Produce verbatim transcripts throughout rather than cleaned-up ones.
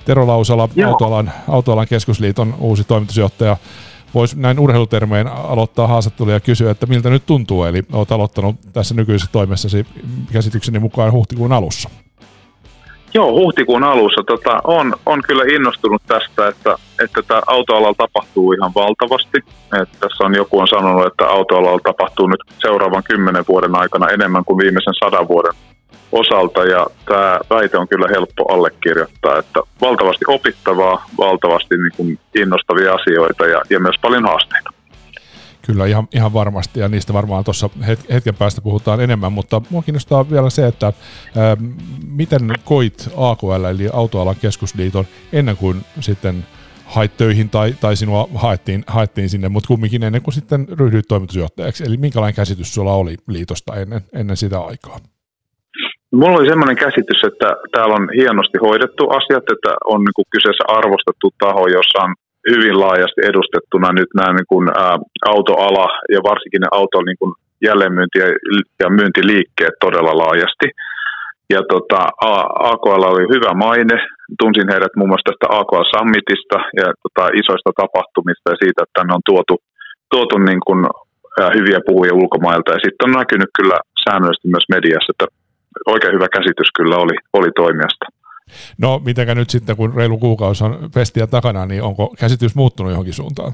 Tero Lausala, autoalan, autoalan keskusliiton uusi toimitusjohtaja. Voisi näin urheilutermein aloittaa haastattelua ja kysyä, että miltä nyt tuntuu, eli olet aloittanut tässä nykyisessä toimessasi käsitykseni mukaan huhtikuun alussa. Joo, huhtikuun alussa tota, on, on kyllä innostunut tästä, että, että tämä autoalalla tapahtuu ihan valtavasti. Et tässä on joku on sanonut, että autoalalla tapahtuu nyt seuraavan kymmenen vuoden aikana enemmän kuin viimeisen sadan vuoden osalta, ja tämä väite on kyllä helppo allekirjoittaa, että valtavasti opittavaa, valtavasti niin kuin innostavia asioita ja, ja myös paljon haasteita. Kyllä, ihan, ihan varmasti, ja niistä varmaan tuossa hetken päästä puhutaan enemmän, mutta minua kiinnostaa vielä se, että ää, miten koit A K L, eli Autoalan keskusliiton, ennen kuin sitten hait töihin tai, tai sinua haettiin, haettiin sinne, mutta kumminkin ennen kuin sitten ryhdyit toimitusjohtajaksi, eli minkälainen käsitys sulla oli liitosta ennen, ennen sitä aikaa? Mulla oli semmoinen käsitys, että täällä on hienosti hoidettu asiat, että on niin kuin kyseessä arvostettu taho, jossa on hyvin laajasti edustettuna nyt nämä niin kuin, ä, autoala ja varsinkin ne auton niin kuin jälleenmyynti ja myyntiliikkeet todella laajasti. Ja tota, A K L oli hyvä maine, tunsin heidät muun muassa tästä A K L Summitista ja tota, isoista tapahtumista ja siitä, että tänne on tuotu, tuotu niin kuin, ä, hyviä puhujia ulkomailta ja sitten on näkynyt kyllä säännöllisesti myös mediassa, että oikein hyvä käsitys kyllä oli, oli toimijasta. No, mitenkä nyt sitten, kun reilu kuukausi on festiä takana, niin onko käsitys muuttunut johonkin suuntaan?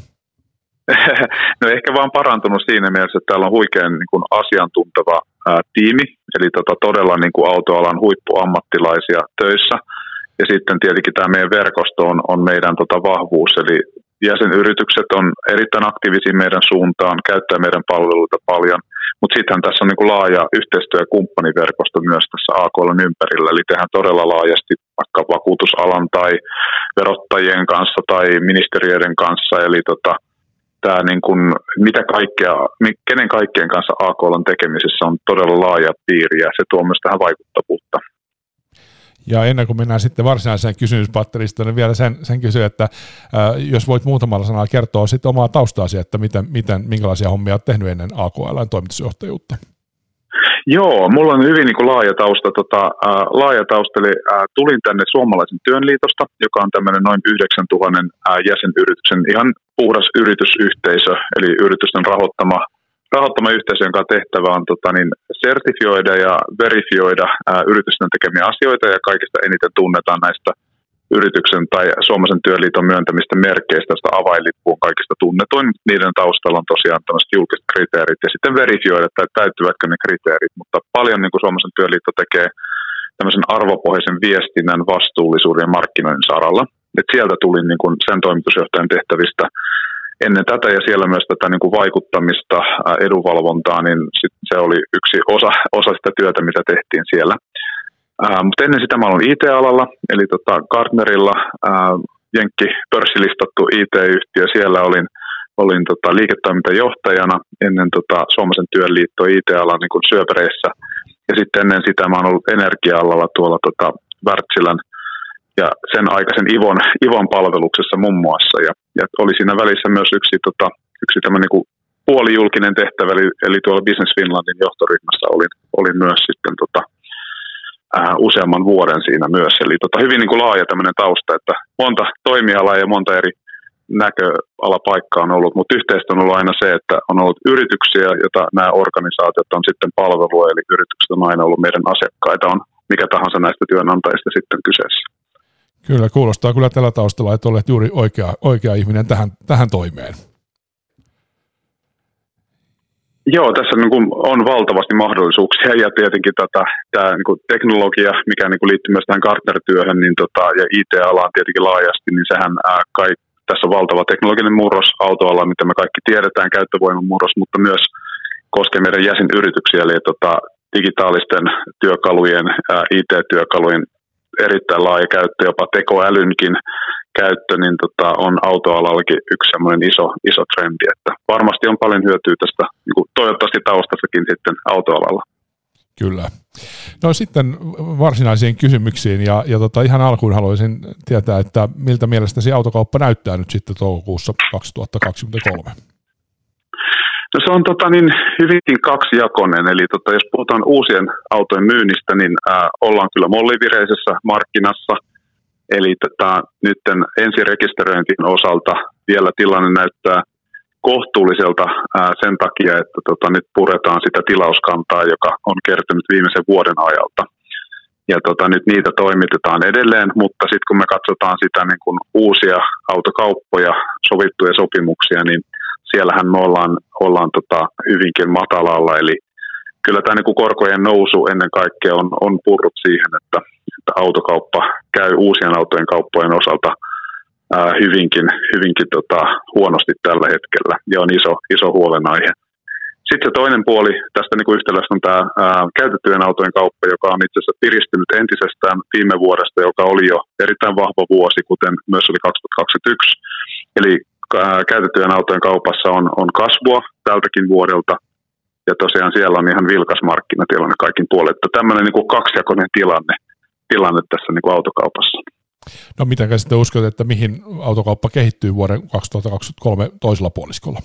No ehkä vaan parantunut siinä mielessä, että täällä on huikean niin kuin asiantunteva ää, tiimi, eli tota, todella niin kuin autoalan huippuammattilaisia töissä. Ja sitten tietenkin tämä meidän verkosto on, on meidän tota, vahvuus, eli jäsenyritykset on erittäin aktiivisia meidän suuntaan, käyttää meidän palveluita paljon. Mutta sittenhän tässä on niin kuin laaja yhteistyö- ja kumppaniverkosto myös tässä A K L:n ympärillä, eli tehdään todella laajasti vaikka vakuutusalan tai verottajien kanssa tai ministeriöiden kanssa, eli tota, tää niin kuin, mitä kaikkea, kenen kaikkien kanssa A K L:n tekemisessä on todella laaja piiri, ja se tuo myös tähän vaikuttavuutta. Ja ennen kuin mennään sitten varsinaiseen kysymyspatteristoon, niin vielä sen, sen kysyä, että ää, jos voit muutamalla sanalla kertoa sitten omaa taustaasi, että miten, miten, minkälaisia hommia olet tehnyt ennen A K L:n toimitusjohtajuutta? Joo, mulla on hyvin niin kuin laaja tausta. Tota, ää, laaja tausta, eli ää, tulin tänne Suomalaisen työnliitosta, joka on tämmöinen noin yhdeksäntuhatta ää, jäsenyrityksen ihan puhdas yritysyhteisö, eli yritysten rahoittama Rahoittama yhteisö, jonka tehtävä on tota, niin, sertifioida ja verifioida ää, yritysten tekemiä asioita, ja kaikista eniten tunnetaan näistä yrityksen tai Suomalaisen työnliiton myöntämistä merkeistä, josta avainlippu on kaikista tunnetuin. Niiden taustalla on tosiaan tämmöiset julkiset kriteerit, ja sitten verifioida, että täyttyvätkö ne kriteerit, mutta paljon niin kuin Suomalaisen työnliitto tekee tämmöisen arvopohjaisen viestinnän, vastuullisuuden ja markkinoinnin saralla. Et sieltä tulin niin kuin sen toimitusjohtajan tehtävistä ennen tätä, ja siellä myös tätä niin kuin vaikuttamista, edunvalvontaa, niin sit se oli yksi osa, osa sitä työtä, mitä tehtiin siellä. Ää, mutta ennen sitä mä olin I T-alalla, eli tota Gartnerilla, ää, Jenkki pörssilistattu I T-yhtiö, siellä olin, olin tota liiketoimintajohtajana ennen tota Suomalaisen työnliitto I T-alan niin kuin syöpäreissä, ja sitten ennen sitä mä olen ollut energia-alalla tuolla tota Wärtsilän ja sen aikaisen Ivon, Ivon palveluksessa muun muassa, ja, ja oli siinä välissä myös yksi, tota, yksi tämmöinen niin kuin puolijulkinen tehtävä, eli, eli tuolla Business Finlandin johtoryhmässä olin, olin myös sitten tota, ää, useamman vuoden siinä myös, eli tota, hyvin niin kuin laaja tämmöinen tausta, että monta toimialaa ja monta eri näköalapaikkaa on ollut, mutta yhteistä on ollut aina se, että on ollut yrityksiä, joita nämä organisaatiot on sitten palvelua, eli yritykset on aina ollut meidän asiakkaita, on mikä tahansa näistä työnantajista sitten kyseessä. Kyllä, kuulostaa kyllä tällä taustalla, että olet juuri oikea, oikea ihminen tähän, tähän toimeen. Joo, tässä niin kuin on valtavasti mahdollisuuksia, ja tietenkin tätä, tämä niin kuin teknologia, mikä niin kuin liittyy myös tähän Gartner-työhön, niin tota, ja I T-alaan tietenkin laajasti, niin sehän ää, kai, tässä on valtava teknologinen murros autoalla, mitä me kaikki tiedetään, käyttövoiman murros, mutta myös koskee meidän jäsenyrityksiä, eli tota, digitaalisten työkalujen, ää, I T-työkalujen erittäin laaja käyttö, jopa tekoälynkin käyttö, niin tota, on autoalallakin yksi semmoinen iso, iso trendi, että varmasti on paljon hyötyä tästä, niin kuin toivottavasti taustassakin sitten autoalalla. Kyllä. No sitten varsinaisiin kysymyksiin, ja, ja tota, ihan alkuun haluaisin tietää, että miltä mielestäsi autokauppa näyttää nyt sitten toukokuussa kaksituhattakaksikymmentäkolme? No se on tota, niin, hyvinkin kaksijakoinen, eli tota, jos puhutaan uusien autojen myynnistä, niin ää, ollaan kyllä mollivireisessä markkinassa. Eli tota, nyt ensirekisteröintien osalta vielä tilanne näyttää kohtuulliselta ää, sen takia, että tota, nyt puretaan sitä tilauskantaa, joka on kertynyt viimeisen vuoden ajalta. Ja tota, nyt niitä toimitetaan edelleen, mutta sitten kun me katsotaan sitä niin kun uusia autokauppoja, sovittuja sopimuksia, niin siellähän me ollaan, ollaan tota, hyvinkin matalalla. Eli kyllä tämä niin kun korkojen nousu ennen kaikkea on, on purrut siihen, että, että autokauppa käy uusien autojen kauppojen osalta ää, hyvinkin, hyvinkin tota, huonosti tällä hetkellä ja on iso, iso huolenaihe. Sitten se toinen puoli tästä niin kuin yhtälöstä on tämä ää, käytettyjen autojen kauppa, joka on itse asiassa piristynyt entisestään viime vuodesta, joka oli jo erittäin vahva vuosi, kuten myös oli kaksituhattakaksikymmentäyksi. Eli ää, käytettyjen autojen kaupassa on, on kasvua tältäkin vuodelta, ja tosiaan siellä on ihan vilkas markkinatilanne kaikin puolin. Että tämmöinen niin kuin kaksijakoinen tilanne, tilanne tässä niin kuin autokaupassa. No mitenkä sitten uskot, että mihin autokauppa kehittyy vuoden kaksituhattakaksikymmentäkolme toisella puoliskolla?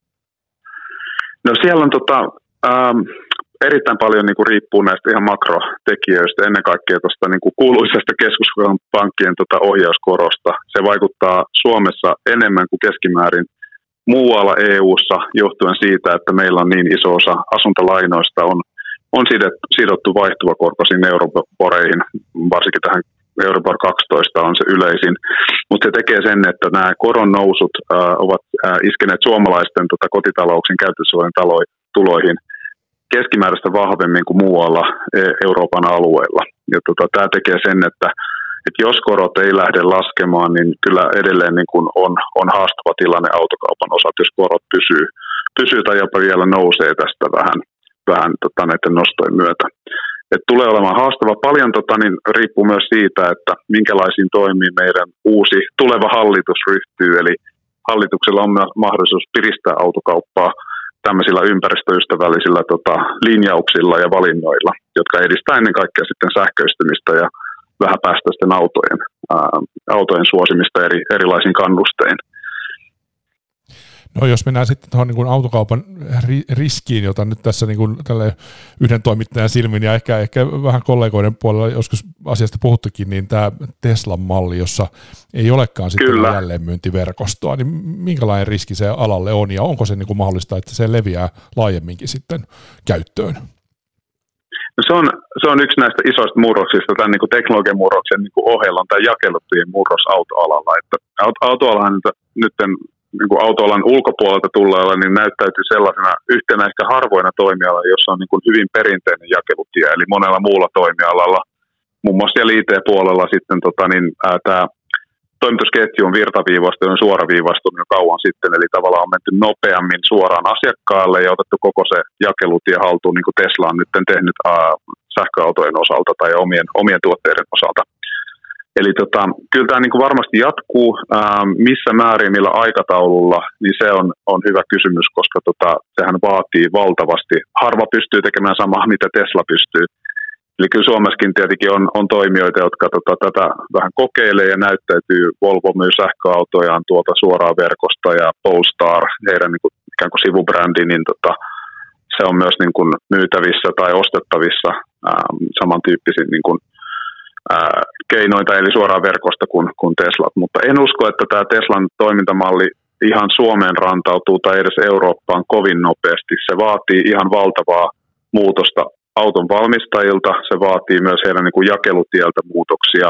No siellä on tota, ähm, erittäin paljon niin kuin riippuu näistä ihan makrotekijöistä, ennen kaikkea tuosta niin kuin kuuluisesta keskuspankkien tota, ohjauskorosta. Se vaikuttaa Suomessa enemmän kuin keskimäärin muualla E U:ssa johtuen siitä, että meillä on niin iso osa asuntolainoista on, on sidottu vaihtuva korkoisiin euroboreihin, varsinkin tähän Euribor kaksitoista on se yleisin, mutta se tekee sen, että nämä koron nousut äh, ovat äh, iskeneet suomalaisten tota, kotitalouksien käytössuojan tuloihin keskimääräistä vahvemmin kuin muualla Euroopan alueella. Ja tota, tämä tekee sen, että, että jos korot ei lähde laskemaan, niin kyllä edelleen niin kuin on, on haastava tilanne autokaupan osalta, jos korot pysyy, pysyy tai jopa vielä nousee tästä vähän, vähän tota, näiden nostojen myötä. Et tulee olemaan haastava. Paljon tota, niin riippuu myös siitä, että minkälaisiin toimiin meidän uusi tuleva hallitus ryhtyy. Eli hallituksella on mahdollisuus piristää autokauppaa tämmöisillä ympäristöystävällisillä tota, linjauksilla ja valinnoilla, jotka edistää ennen kaikkea sitten sähköistymistä ja vähäpäästöisten autojen, ää, autojen suosimista eri, erilaisin kannustein. No jos mennään sitten tuohon niin kuin autokaupan riskiin, jota nyt tässä niin kuin tälle yhden toimittajan silmin ja ehkä, ehkä vähän kollegoiden puolella joskus asiasta puhuttukin, niin tämä Teslan malli, jossa ei olekaan sitten jälleenmyyntiverkostoa, niin minkälainen riski se alalle on ja onko se niin kuin mahdollista, että se leviää laajemminkin sitten käyttöön? No se, on, se on yksi näistä isoista murroksista, tämän niin kuin teknologian murroksen niin kuin ohella on tämä jakeluttujen murros autoalalla. Että autoalahan nyt niin kuin autoalan ulkopuolelta tulleella, niin näyttäytyy sellaisena yhtenä ehkä harvoina toimialalla, jossa on niin kuin hyvin perinteinen jakelutie, eli monella muulla toimialalla, muun muassa siellä I T-puolella sitten tota, niin, ää, tämä toimitusketju on virtaviivastunut ja suoraviivastunut jo kauan sitten, eli tavallaan on menty nopeammin suoraan asiakkaalle ja otettu koko se jakelutie haltuun, niin kuin Tesla on nyt tehnyt ää, sähköautojen osalta tai omien, omien tuotteiden osalta. Eli tota, kyllä tämä niin kuin varmasti jatkuu, ää, missä määrin, millä aikataululla, niin se on, on hyvä kysymys, koska tota, sehän vaatii valtavasti. Harva pystyy tekemään samaa, mitä Tesla pystyy. Eli kyllä Suomessakin tietenkin on, on toimijoita, jotka tota, tätä vähän kokeilee ja näyttäytyy. Volvo myy sähköautojaan tuolta suoraan verkosta ja Polestar, heidän niin kuin, ikään kuin sivubrändi, niin tota, se on myös niin kuin myytävissä tai ostettavissa ää, samantyyppisin niin kuin Ää, keinoita, eli suoraan verkosta kuin, kuin Teslat, mutta en usko, että tämä Teslan toimintamalli ihan Suomeen rantautuu tai edes Eurooppaan kovin nopeasti. Se vaatii ihan valtavaa muutosta auton valmistajilta, se vaatii myös heidän niin kuin jakelutieltä muutoksia,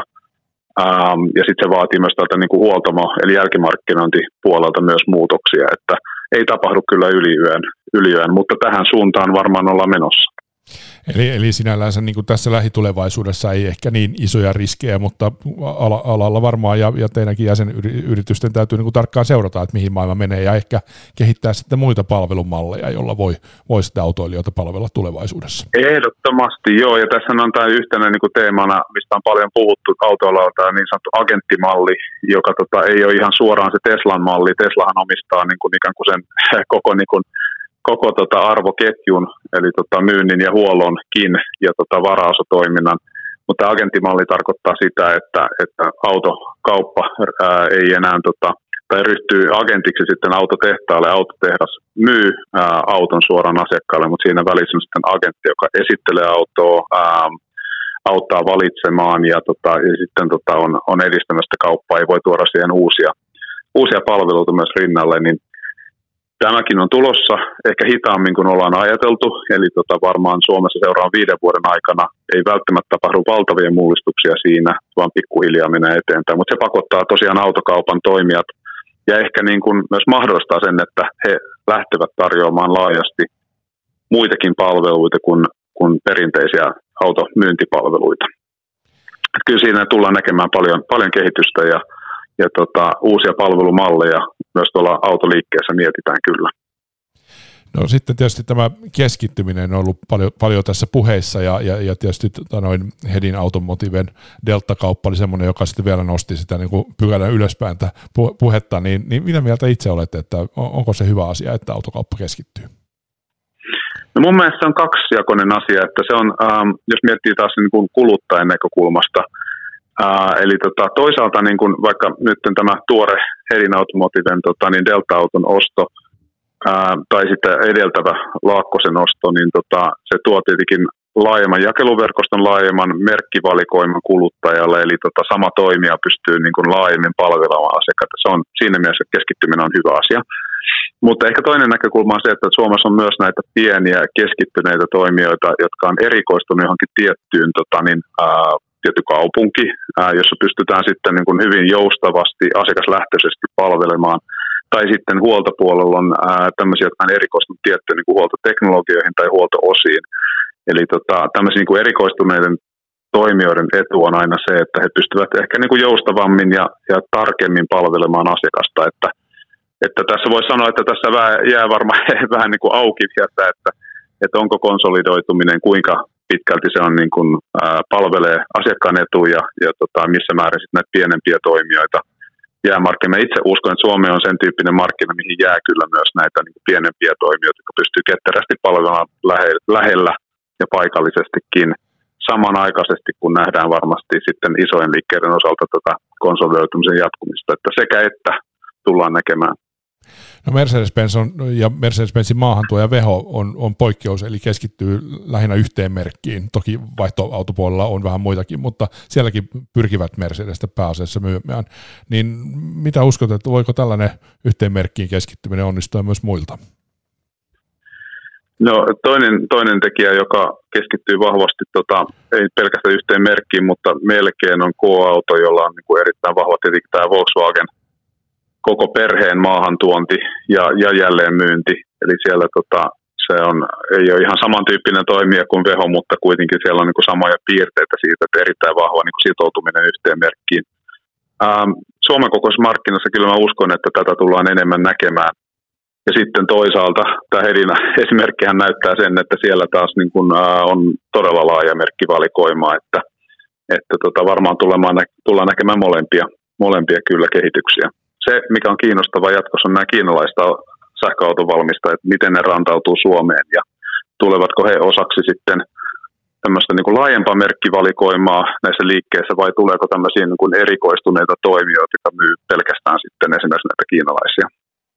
ää, ja sitten se vaatii myös tältä niin kuin huoltamo- eli jälkimarkkinointipuolelta myös muutoksia, että ei tapahdu kyllä yliyön, yliyön mutta tähän suuntaan varmaan ollaan menossa. Eli, eli sinällänsä niin kuin tässä lähitulevaisuudessa ei ehkä niin isoja riskejä, mutta ala, alalla varmaan ja, ja teidänkin jäsenyritysten täytyy niin kuin tarkkaan seurata, että mihin maailma menee ja ehkä kehittää sitten muita palvelumalleja, joilla voi, voi sitä autoilijoita palvella tulevaisuudessa. Ehdottomasti joo, ja tässä on tämä yhtenä niin kuin teemana, mistä on paljon puhuttu autoalalla, tämä niin sanottu agenttimalli, joka tota, ei ole ihan suoraan se Teslan malli. Teslahan omistaa niin kuin, ikään kuin sen koko niin kuin, koko tota arvoketjun, eli tota myynnin ja huollonkin ja tota varaosatoiminnan. Mutta agenttimalli tarkoittaa sitä, että, että autokauppa ää, ei enää, tota, tai ryhtyy agentiksi sitten autotehtaalle. Autotehdas myy ää, auton suoraan asiakkaalle, mutta siinä välissä on sitten agentti, joka esittelee autoa, ää, auttaa valitsemaan ja, tota, ja sitten tota, on, on edistämästä kauppaa ja voi tuoda siihen uusia, uusia palveluita myös rinnalle, niin tämäkin on tulossa ehkä hitaammin kuin ollaan ajateltu, eli tota, varmaan Suomessa seuraavan viiden vuoden aikana ei välttämättä tapahdu valtavia mullistuksia siinä, vaan pikkuhiljaa menee eteenpäin, mutta se pakottaa tosiaan autokaupan toimijat ja ehkä niin kuin myös mahdollistaa sen, että he lähtevät tarjoamaan laajasti muitakin palveluita kuin, kuin perinteisiä automyyntipalveluita. Kyllä siinä tullaan näkemään paljon, paljon kehitystä ja, ja tota, uusia palvelumalleja myös tuolla autoliikkeessä mietitään kyllä. No sitten tietysti tämä keskittyminen on ollut paljon, paljon tässä puheissa ja, ja, ja tietysti tota noin Hedin Automotiven Delta-kauppa oli semmoinen, joka sitten vielä nosti sitä niin kuin pykälän ylöspäin puhetta, niin, niin mitä mieltä itse olette, että onko se hyvä asia, että autokauppa keskittyy? No mun mielestä se on kaksijakoinen asia, että se on, ähm, jos miettii taas niin kuin kuluttajan näkökulmasta, äh, eli tota, toisaalta niin kuin vaikka nyt tämä tuore Hedin Automotiven tota, niin Delta-auton osto, ää, tai sitten edeltävä Laakkosen osto, niin tota, se tuo tietenkin laajemman jakeluverkoston, laajemman merkkivalikoiman kuluttajalle, eli tota, sama toimija pystyy niin kuin laajemmin palvelemaan asiakkaita. Se on siinä mielessä keskittyminen on hyvä asia. Mutta ehkä toinen näkökulma on se, että Suomessa on myös näitä pieniä keskittyneitä toimijoita, jotka on erikoistunut johonkin tiettyyn tota, niin, ää, tietty kaupunki, ää, jossa pystytään sitten niin kuin hyvin joustavasti, asiakaslähtöisesti palvelemaan. Tai sitten huoltopuolella on ää, tämmöisiä, jotka on erikoistunut tiettyyn niin kuin huoltoteknologioihin tai huolto-osiin. Eli tota, tämmöisiä niin kuin erikoistuneiden toimijoiden etu on aina se, että he pystyvät ehkä niin kuin joustavammin ja, ja tarkemmin palvelemaan asiakasta. Että, että tässä voi sanoa, että tässä jää varmaan vähän niin kuin auki sieltä, että, että onko konsolidoituminen, kuinka pitkälti se on niin kuin, ää, palvelee asiakkaan etuja ja tota, missä määrin sitten näitä pienempiä toimijoita jää markkina. Itse uskon, että Suomi on sen tyyppinen markkina, mihin jää kyllä myös näitä niin kuin pienempiä toimijoita, jotka pystyy ketterästi palvelemaan lähe- lähellä ja paikallisestikin samanaikaisesti, kun nähdään varmasti sitten isojen liikkeiden osalta tätä konsolidoitumisen jatkumista, että sekä että tullaan näkemään. No Mercedes-Benz on, ja Mercedes-Benzin maahantuoja Veho on, on poikkeus, eli keskittyy lähinnä yhteen merkkiin. Toki vaihtoautopuolella on vähän muitakin, mutta sielläkin pyrkivät Mercedestä pääasiassa myymään. Niin mitä uskot, että voiko tällainen yhteen merkkiin keskittyminen onnistua myös muilta? No toinen, toinen tekijä, joka keskittyy vahvasti, tota, ei pelkästään yhteen merkkiin, mutta melkein on K-auto, jolla on niin kuin erittäin vahva tietenkin tämä Volkswagen koko perheen maahantuonti ja, ja jälleenmyynti. Eli siellä tota, se on, ei ole ihan samantyyppinen toimija kuin Veho, mutta kuitenkin siellä on niin kuin samoja piirteitä siitä, että erittäin vahva niin kuin sitoutuminen yhteen merkkiin. Ähm, Suomen kokoisessa markkinassa kyllä mä uskon, että tätä tullaan enemmän näkemään. Ja sitten toisaalta tämä Hedin esimerkkihän näyttää sen, että siellä taas niin kuin, ää, on todella laaja merkkivalikoima, että, että tota, varmaan tulemaan, tullaan näkemään molempia, molempia kyllä kehityksiä. Se, mikä on kiinnostavaa jatkossa, on nämä kiinalaiset sähköautovalmistajat, että miten ne rantautuu Suomeen ja tulevatko he osaksi sitten tämmöistä niin kuin laajempaa merkkivalikoimaa näissä liikkeissä vai tuleeko tämmöisiä niin kuin erikoistuneita toimijoita, jotka myy pelkästään sitten esimerkiksi näitä kiinalaisia.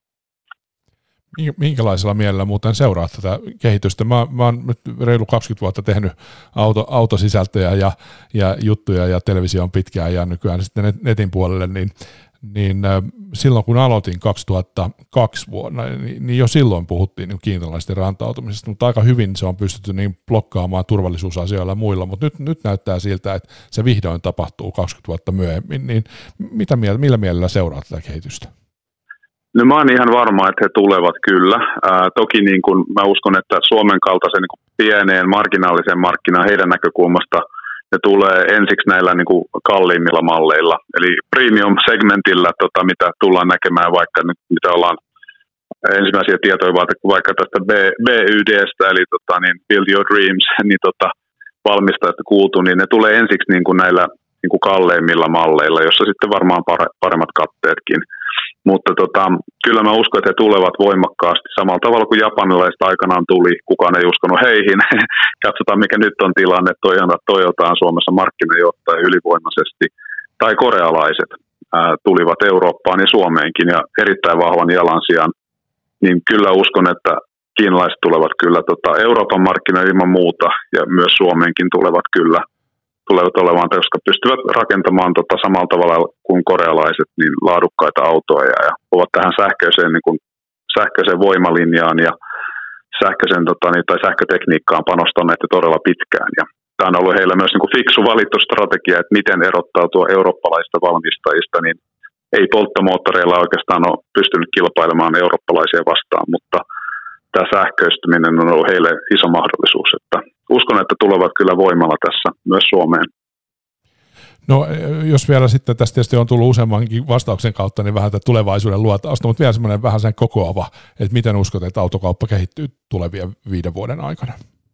Minkälaisella mielellä muuten seuraa tätä kehitystä? Mä, mä oon nyt reilu kaksikymmentä vuotta tehnyt auto, autosisältöjä ja, ja juttuja ja televisio on pitkään ja nykyään sitten netin puolelle, niin, niin silloin kun aloitin kaksituhattakaksi vuonna, niin, niin jo silloin puhuttiin niin kiinalaisten rantautumisesta, mutta aika hyvin se on pystytty niin blokkaamaan turvallisuusasioilla ja muilla, mutta nyt, nyt näyttää siltä, että se vihdoin tapahtuu kaksikymmentä vuotta myöhemmin, niin mitä mielellä, millä mielellä seuraa tätä kehitystä? No mä oon ihan varma, että he tulevat kyllä. Ää, toki niin kun mä uskon, että Suomen kaltaisen niin kun pieneen marginaaliseen markkinaan heidän näkökulmasta ne tulee ensiksi näillä niin kun kalliimmilla malleilla. Eli premium-segmentillä, tota, mitä tullaan näkemään vaikka nyt, mitä ollaan ensimmäisiä tietoja vaikka tästä B Y D:stä, eli tota, niin Build Your Dreams, niin tota, valmistajasta kuultu, niin ne tulee ensiksi niin kun näillä niin kun kalleimmilla malleilla, jossa sitten varmaan paremmat katteetkin. Mutta tota, kyllä mä uskon, että he tulevat voimakkaasti samalla tavalla kuin japanilaiset aikanaan tuli. Kukaan ei uskonut heihin. Katsotaan, mikä nyt on tilanne. Toyota on Suomessa markkinajohtaja ylivoimaisesti. Tai korealaiset ää, tulivat Eurooppaan ja Suomeenkin ja erittäin vahvan jalansijan. Niin kyllä uskon, että kiinalaiset tulevat kyllä tota, Euroopan markkinoille ilman muuta ja myös Suomeenkin tulevat kyllä tulevat olemaan, koska pystyvät rakentamaan tota samalla tavalla kuin korealaiset niin laadukkaita autoja ja ovat tähän sähköiseen, niin kuin, sähköiseen voimalinjaan ja sähköisen, tota, niin, tai sähkötekniikkaan panostaneet jo todella pitkään. Ja tämä on ollut heillä myös niin kuin fiksu valittu strategia, että miten erottautua eurooppalaisista valmistajista, niin ei polttomoottoreilla oikeastaan ole pystynyt kilpailemaan eurooppalaisia vastaan, mutta tämä sähköistyminen on ollut heille iso mahdollisuus. Että uskon, että tulevat kyllä voimalla tässä myös Suomeen. No jos vielä sitten tästä tietysti on tullut useammankin vastauksen kautta, niin vähän tätä tulevaisuuden luotausta, mutta vielä semmoinen vähän sen kokoava, että miten uskot, että autokauppa kehittyy tulevien viiden vuoden aikana?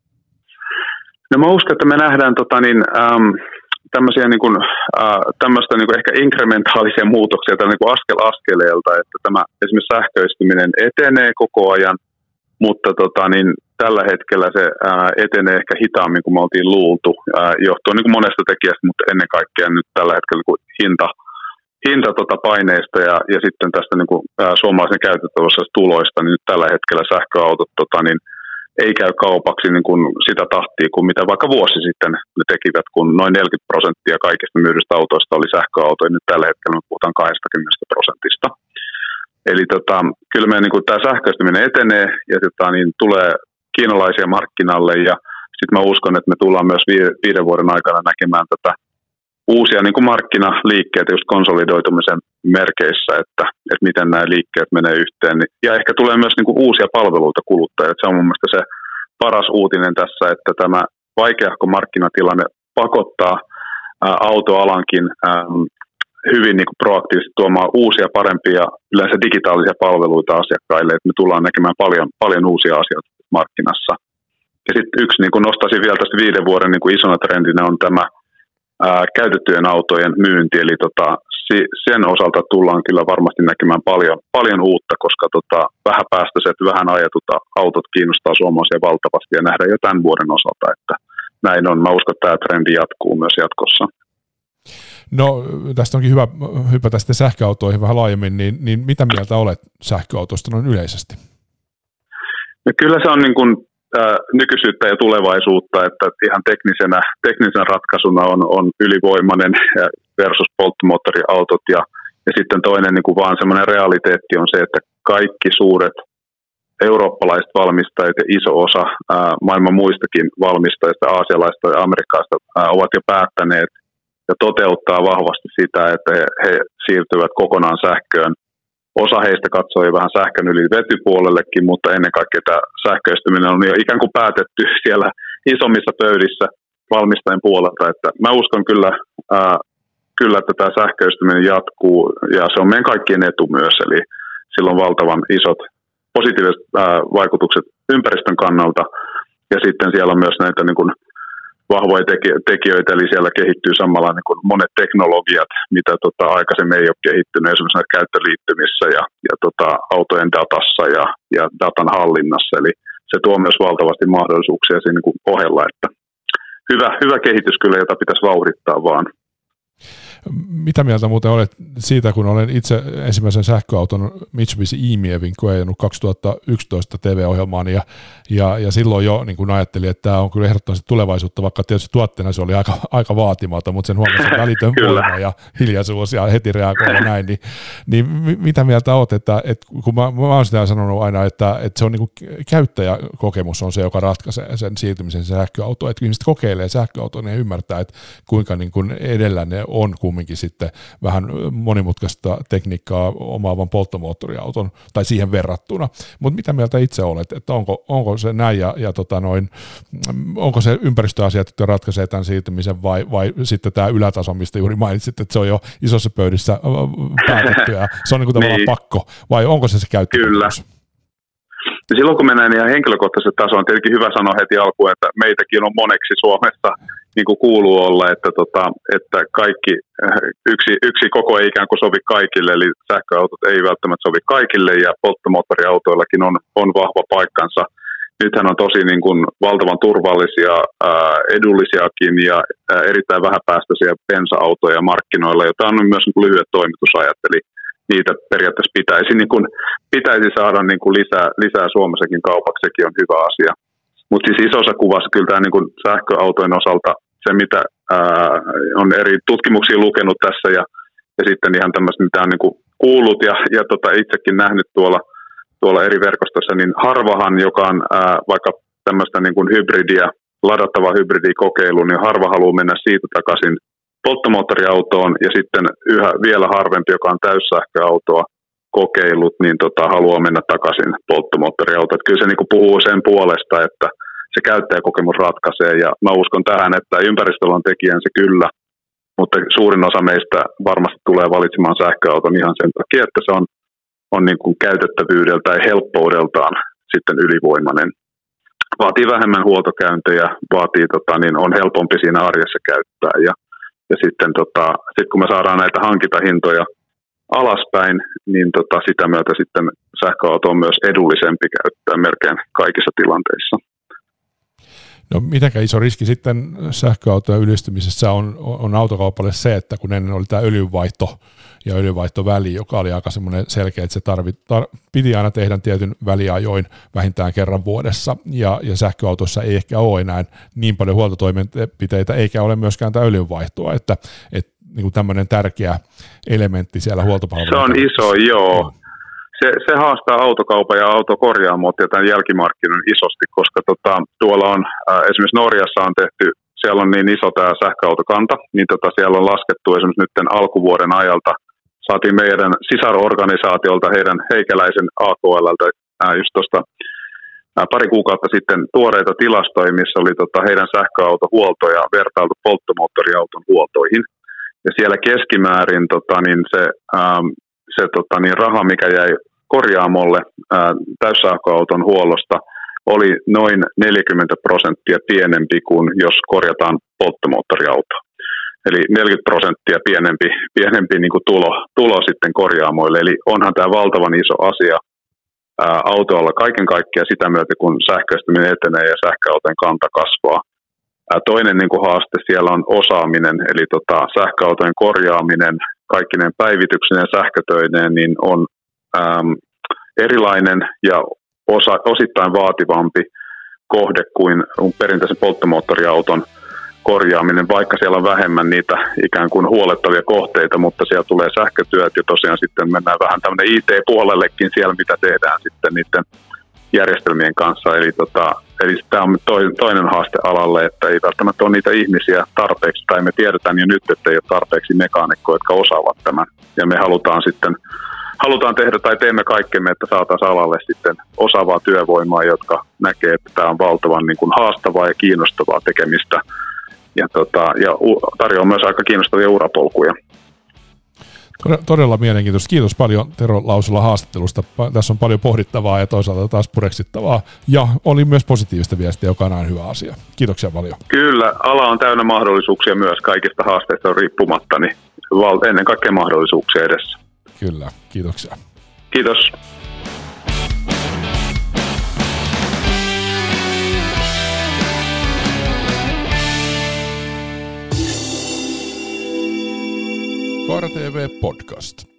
No mä uskon, että me nähdään tota niin, ähm, tämmöisiä niin kuin, äh, tämmöistä niin kuin ehkä inkrementaalisia muutoksia tällä niin kuin askel askeleelta, että tämä esimerkiksi sähköistyminen etenee koko ajan, mutta tota, niin, tällä hetkellä se ää, etenee ehkä hitaammin kuin me oltiin luultu, ää, johtuen niin kuin monesta tekijästä, mutta ennen kaikkea nyt tällä hetkellä niin kuin hinta, hinta tota paineista ja, ja sitten tästä niin kuin, ää, suomalaisen käytettävässä tuloista, niin nyt tällä hetkellä sähköautot tota, niin, ei käy kaupaksi niin kuin sitä tahtia kuin mitä vaikka vuosi sitten ne tekivät, kun noin neljäkymmentä prosenttia kaikista myydyistä autoista oli sähköautoja, nyt tällä hetkellä me puhutaan kaksikymmentä prosentista. Eli tota, kyllä meidän niin tämä sähköistyminen etenee ja tota, niin tulee kiinalaisia markkinalle ja sitten mä uskon, että me tullaan myös viiden vuoden aikana näkemään tätä uusia niin kuin markkinaliikkeitä just konsolidoitumisen merkeissä, että, että miten nämä liikkeet menee yhteen. Ja ehkä tulee myös niin kuin uusia palveluita kuluttajille. Se on mun mielestä se paras uutinen tässä, että tämä vaikeahko markkinatilanne pakottaa ää, autoalankin ää, hyvin niin kuin proaktiivisesti tuomaan uusia, parempia, yleensä digitaalisia palveluita asiakkaille, että me tullaan näkemään paljon, paljon uusia asioita markkinassa. Ja sitten yksi, niin kuin nostaisin vielä tästä viiden vuoden niin kuin isona trendinä on tämä ää, käytettyjen autojen myynti, eli tota, si, sen osalta tullaan kyllä varmasti näkemään paljon, paljon uutta, koska tota, vähäpäästöiset, vähän ajetut autot kiinnostaa suomalaisia valtavasti ja nähdään jo tämän vuoden osalta, että näin on. Mä uskon, että tämä trendi jatkuu myös jatkossa. No tästä onkin hyvä hypätä sitten sähköautoihin vähän laajemmin, niin, niin mitä mieltä olet sähköautoista noin yleisesti? No kyllä se on niin kuin, äh, nykyisyyttä ja tulevaisuutta, että ihan teknisenä, teknisenä ratkaisuna on, on ylivoimainen versus polttomoottoriautot ja, ja sitten toinen niin kuin vaan semmoinen realiteetti on se, että kaikki suuret eurooppalaiset valmistajat ja iso osa ää, maailman muistakin valmistajista, aasialaista ja amerikkalaista ää, ovat jo päättäneet ja toteuttaa vahvasti sitä, että he, he siirtyvät kokonaan sähköön. Osa heistä katsoo jo vähän sähkön yli vetypuolellekin, mutta ennen kaikkea tämä sähköistyminen on jo ikään kuin päätetty siellä isommissa pöydissä valmistajien puolelta. Että mä uskon kyllä, ää, kyllä, että tämä sähköistyminen jatkuu ja se on meidän kaikkien etu myös. Eli sillä on valtavan isot positiiviset ää, vaikutukset ympäristön kannalta ja sitten siellä on myös näitä niin kuin vahvoja tekijöitä, eli siellä kehittyy samalla niin kuin monet teknologiat, mitä tota, aikaisemmin ei ole kehittynyt, esimerkiksi näissä käyttöliittymissä ja, ja tota, autojen datassa ja, ja datan hallinnassa, eli se tuo myös valtavasti mahdollisuuksia siinä niin kuin ohella, että hyvä, hyvä kehitys kyllä, jota pitäisi vauhdittaa vaan. Mitä mieltä muuten olet siitä, kun olen itse ensimmäisen sähköauton Mitsubishi E-Mievin koenut kaksituhattayksitoista T V-ohjelmaan ja, ja, ja silloin jo niin kun ajattelin, että tämä on kyllä ehdottomasti tulevaisuutta, vaikka tietysti tuotteena se oli aika, aika vaatimaton, mutta sen huomasin välitön voima ja hiljaisuus ja heti reagoida näin, niin, niin mitä mieltä olet, että, että kun mä, mä olen sitä sanonut aina, että, että se on niin kuin käyttäjäkokemus on se, joka ratkaisee sen siirtymisen sähköautoon, että ihmiset kokeilee sähköautoa ja ymmärtää, että kuinka niin kuin edellä ne on kumminkin sitten vähän monimutkaista tekniikkaa omaavan polttomoottoriauton tai siihen verrattuna. Mutta mitä mieltä itse olet, että onko, onko se näin ja, ja tota noin, onko se ympäristöasiat, jotka ratkaisee tämän siirtymisen vai, vai sitten tämä ylätaso, mistä juuri mainitsit, että se on jo isossa pöydissä päätetty ja se on niin kuin tavallaan niin. pakko vai onko se se käyttökokemus? Kyllä. Ja silloin kun mennään ihan henkilökohtaiselle tasoon, on tietenkin hyvä sanoa heti alkuun, että meitäkin on moneksi Suomessa niin kuin kuuluu olla, että, tota, että kaikki, yksi, yksi koko ei ikään kuin sovi kaikille, eli sähköautot ei välttämättä sovi kaikille ja polttomoottoriautoillakin on, on vahva paikkansa. Nythän on tosi niin kuin valtavan turvallisia, ää, edullisiakin ja ää, erittäin vähäpäästöisiä bensa-autoja markkinoilla, joita on myös niin kuin lyhyet toimitusajat, eli niitä periaatteessa pitäisi, niin kuin, pitäisi saada niin kuin lisää, lisää Suomessakin kaupaksi, sekin on hyvä asia. Mutta siis isossa kuvassa kyllä tämä niin kuin sähköautojen osalta se mitä ää, on eri tutkimuksia lukenut tässä ja, ja sitten ihan tämmöistä, mitä on niin kuin kuullut ja, ja tota, itsekin nähnyt tuolla, tuolla eri verkostossa, niin harvahan, joka on ää, vaikka tämmöistä niin kuin hybridiä, ladattava hybridikokeilu, niin harva haluaa mennä siitä takaisin polttomoottoriautoon ja sitten yhä vielä harvempi, joka on täyssähköautoa kokeilut, niin tota, haluaa mennä takaisin polttomoottoriautoon. Että kyllä se niin kuin puhuu sen puolesta, että se käyttäjäkokemus ratkaisee ja mä uskon tähän, että ympäristöllä on tekijänsä kyllä, mutta suurin osa meistä varmasti tulee valitsemaan sähköauton ihan sen takia, että se on, on niin kuin käytettävyydeltä ja helppoudeltaan sitten ylivoimainen. Vaatii vähemmän huoltokäyntejä, vaatii, tota, niin on helpompi siinä arjessa käyttää ja, ja sitten tota, sit kun me saadaan näitä hankintahintoja alaspäin, niin tota, sitä myötä sitten sähköauto on myös edullisempi käyttää melkein kaikissa tilanteissa. No mitenkä iso riski sitten sähköautojen yleistymisessä on, on autokaupalle se, että kun ennen oli tämä öljynvaihto ja öljynvaihtoväli, joka oli aika semmoinen selkeä, että se tarvit, tar, piti aina tehdä tietyn väliajoin vähintään kerran vuodessa, ja, ja sähköautossa ei ehkä ole enää niin paljon huoltotoimenpiteitä, eikä ole myöskään tämä öljynvaihtoa, että, että niin kuin tämmöinen tärkeä elementti siellä huoltopalveluissa. Se on iso, joo. Se, se haastaa autokaupan ja autokorjaamot ja tämän jälkimarkkinoiden isosti, koska tota, tuolla on, äh, esimerkiksi Norjassa on tehty, siellä on niin iso tämä sähköautokanta, niin tota, siellä on laskettu esimerkiksi nyt alkuvuoden ajalta, saatiin meidän sisarorganisaatiolta heidän heikäläisen A K L:ltä äh, just tuosta äh, pari kuukautta sitten tuoreita tilastoja, missä oli tota, heidän sähköautohuoltoja vertailtu polttomoottoriauton huoltoihin. Ja siellä keskimäärin tota, niin se, ähm, se tota, niin raha, mikä jäi korjaamolle äh, täyssähköauton huollosta, oli noin neljäkymmentä prosenttia pienempi kuin jos korjataan polttomoottoriauto. Eli neljäkymmentä prosenttia pienempi, pienempi niin kuin tulo, tulo sitten korjaamoille. Eli onhan tämä valtavan iso asia ää, autoilla kaiken kaikkiaan sitä myötä, kun sähköistyminen etenee ja sähköautojen kanta kasvaa. Ää, toinen niin kuin haaste siellä on osaaminen, eli tota, sähköautojen korjaaminen, kaikkinen päivityksen ja sähkötöineen, niin on äm, erilainen ja osa, osittain vaativampi kohde kuin perinteisen polttomoottoriauton korjaaminen, vaikka siellä on vähemmän niitä ikään kuin huolettavia kohteita, mutta siellä tulee sähkötyöt ja tosiaan sitten mennään vähän tämmöinen I T-puolellekin siellä, mitä tehdään sitten niiden järjestelmien kanssa. Eli, tota, eli tämä on toinen haaste alalle, että ei välttämättä ole niitä ihmisiä tarpeeksi, tai me tiedetään jo nyt, että ei ole tarpeeksi mekaanikkoja, jotka osaavat tämän. Ja me halutaan sitten halutaan tehdä tai teemme kaikkemme, että saataisiin alalle sitten osaavaa työvoimaa, jotka näkee, että tämä on valtavan niin kuin haastavaa ja kiinnostavaa tekemistä. Ja, tota, ja tarjoaa myös aika kiinnostavia urapolkuja. Todella mielenkiintoista. Kiitos paljon Tero Lausula haastattelusta. Tässä on paljon pohdittavaa ja toisaalta taas pureksittavaa. Ja oli myös positiivista viestiä, joka on aina hyvä asia. Kiitoksia paljon. Kyllä, ala on täynnä mahdollisuuksia myös kaikista haasteista riippumatta, niin ennen kaikkea mahdollisuuksia edessä. Kyllä, kiitoksia. Kiitos. Kaara T V Podcast.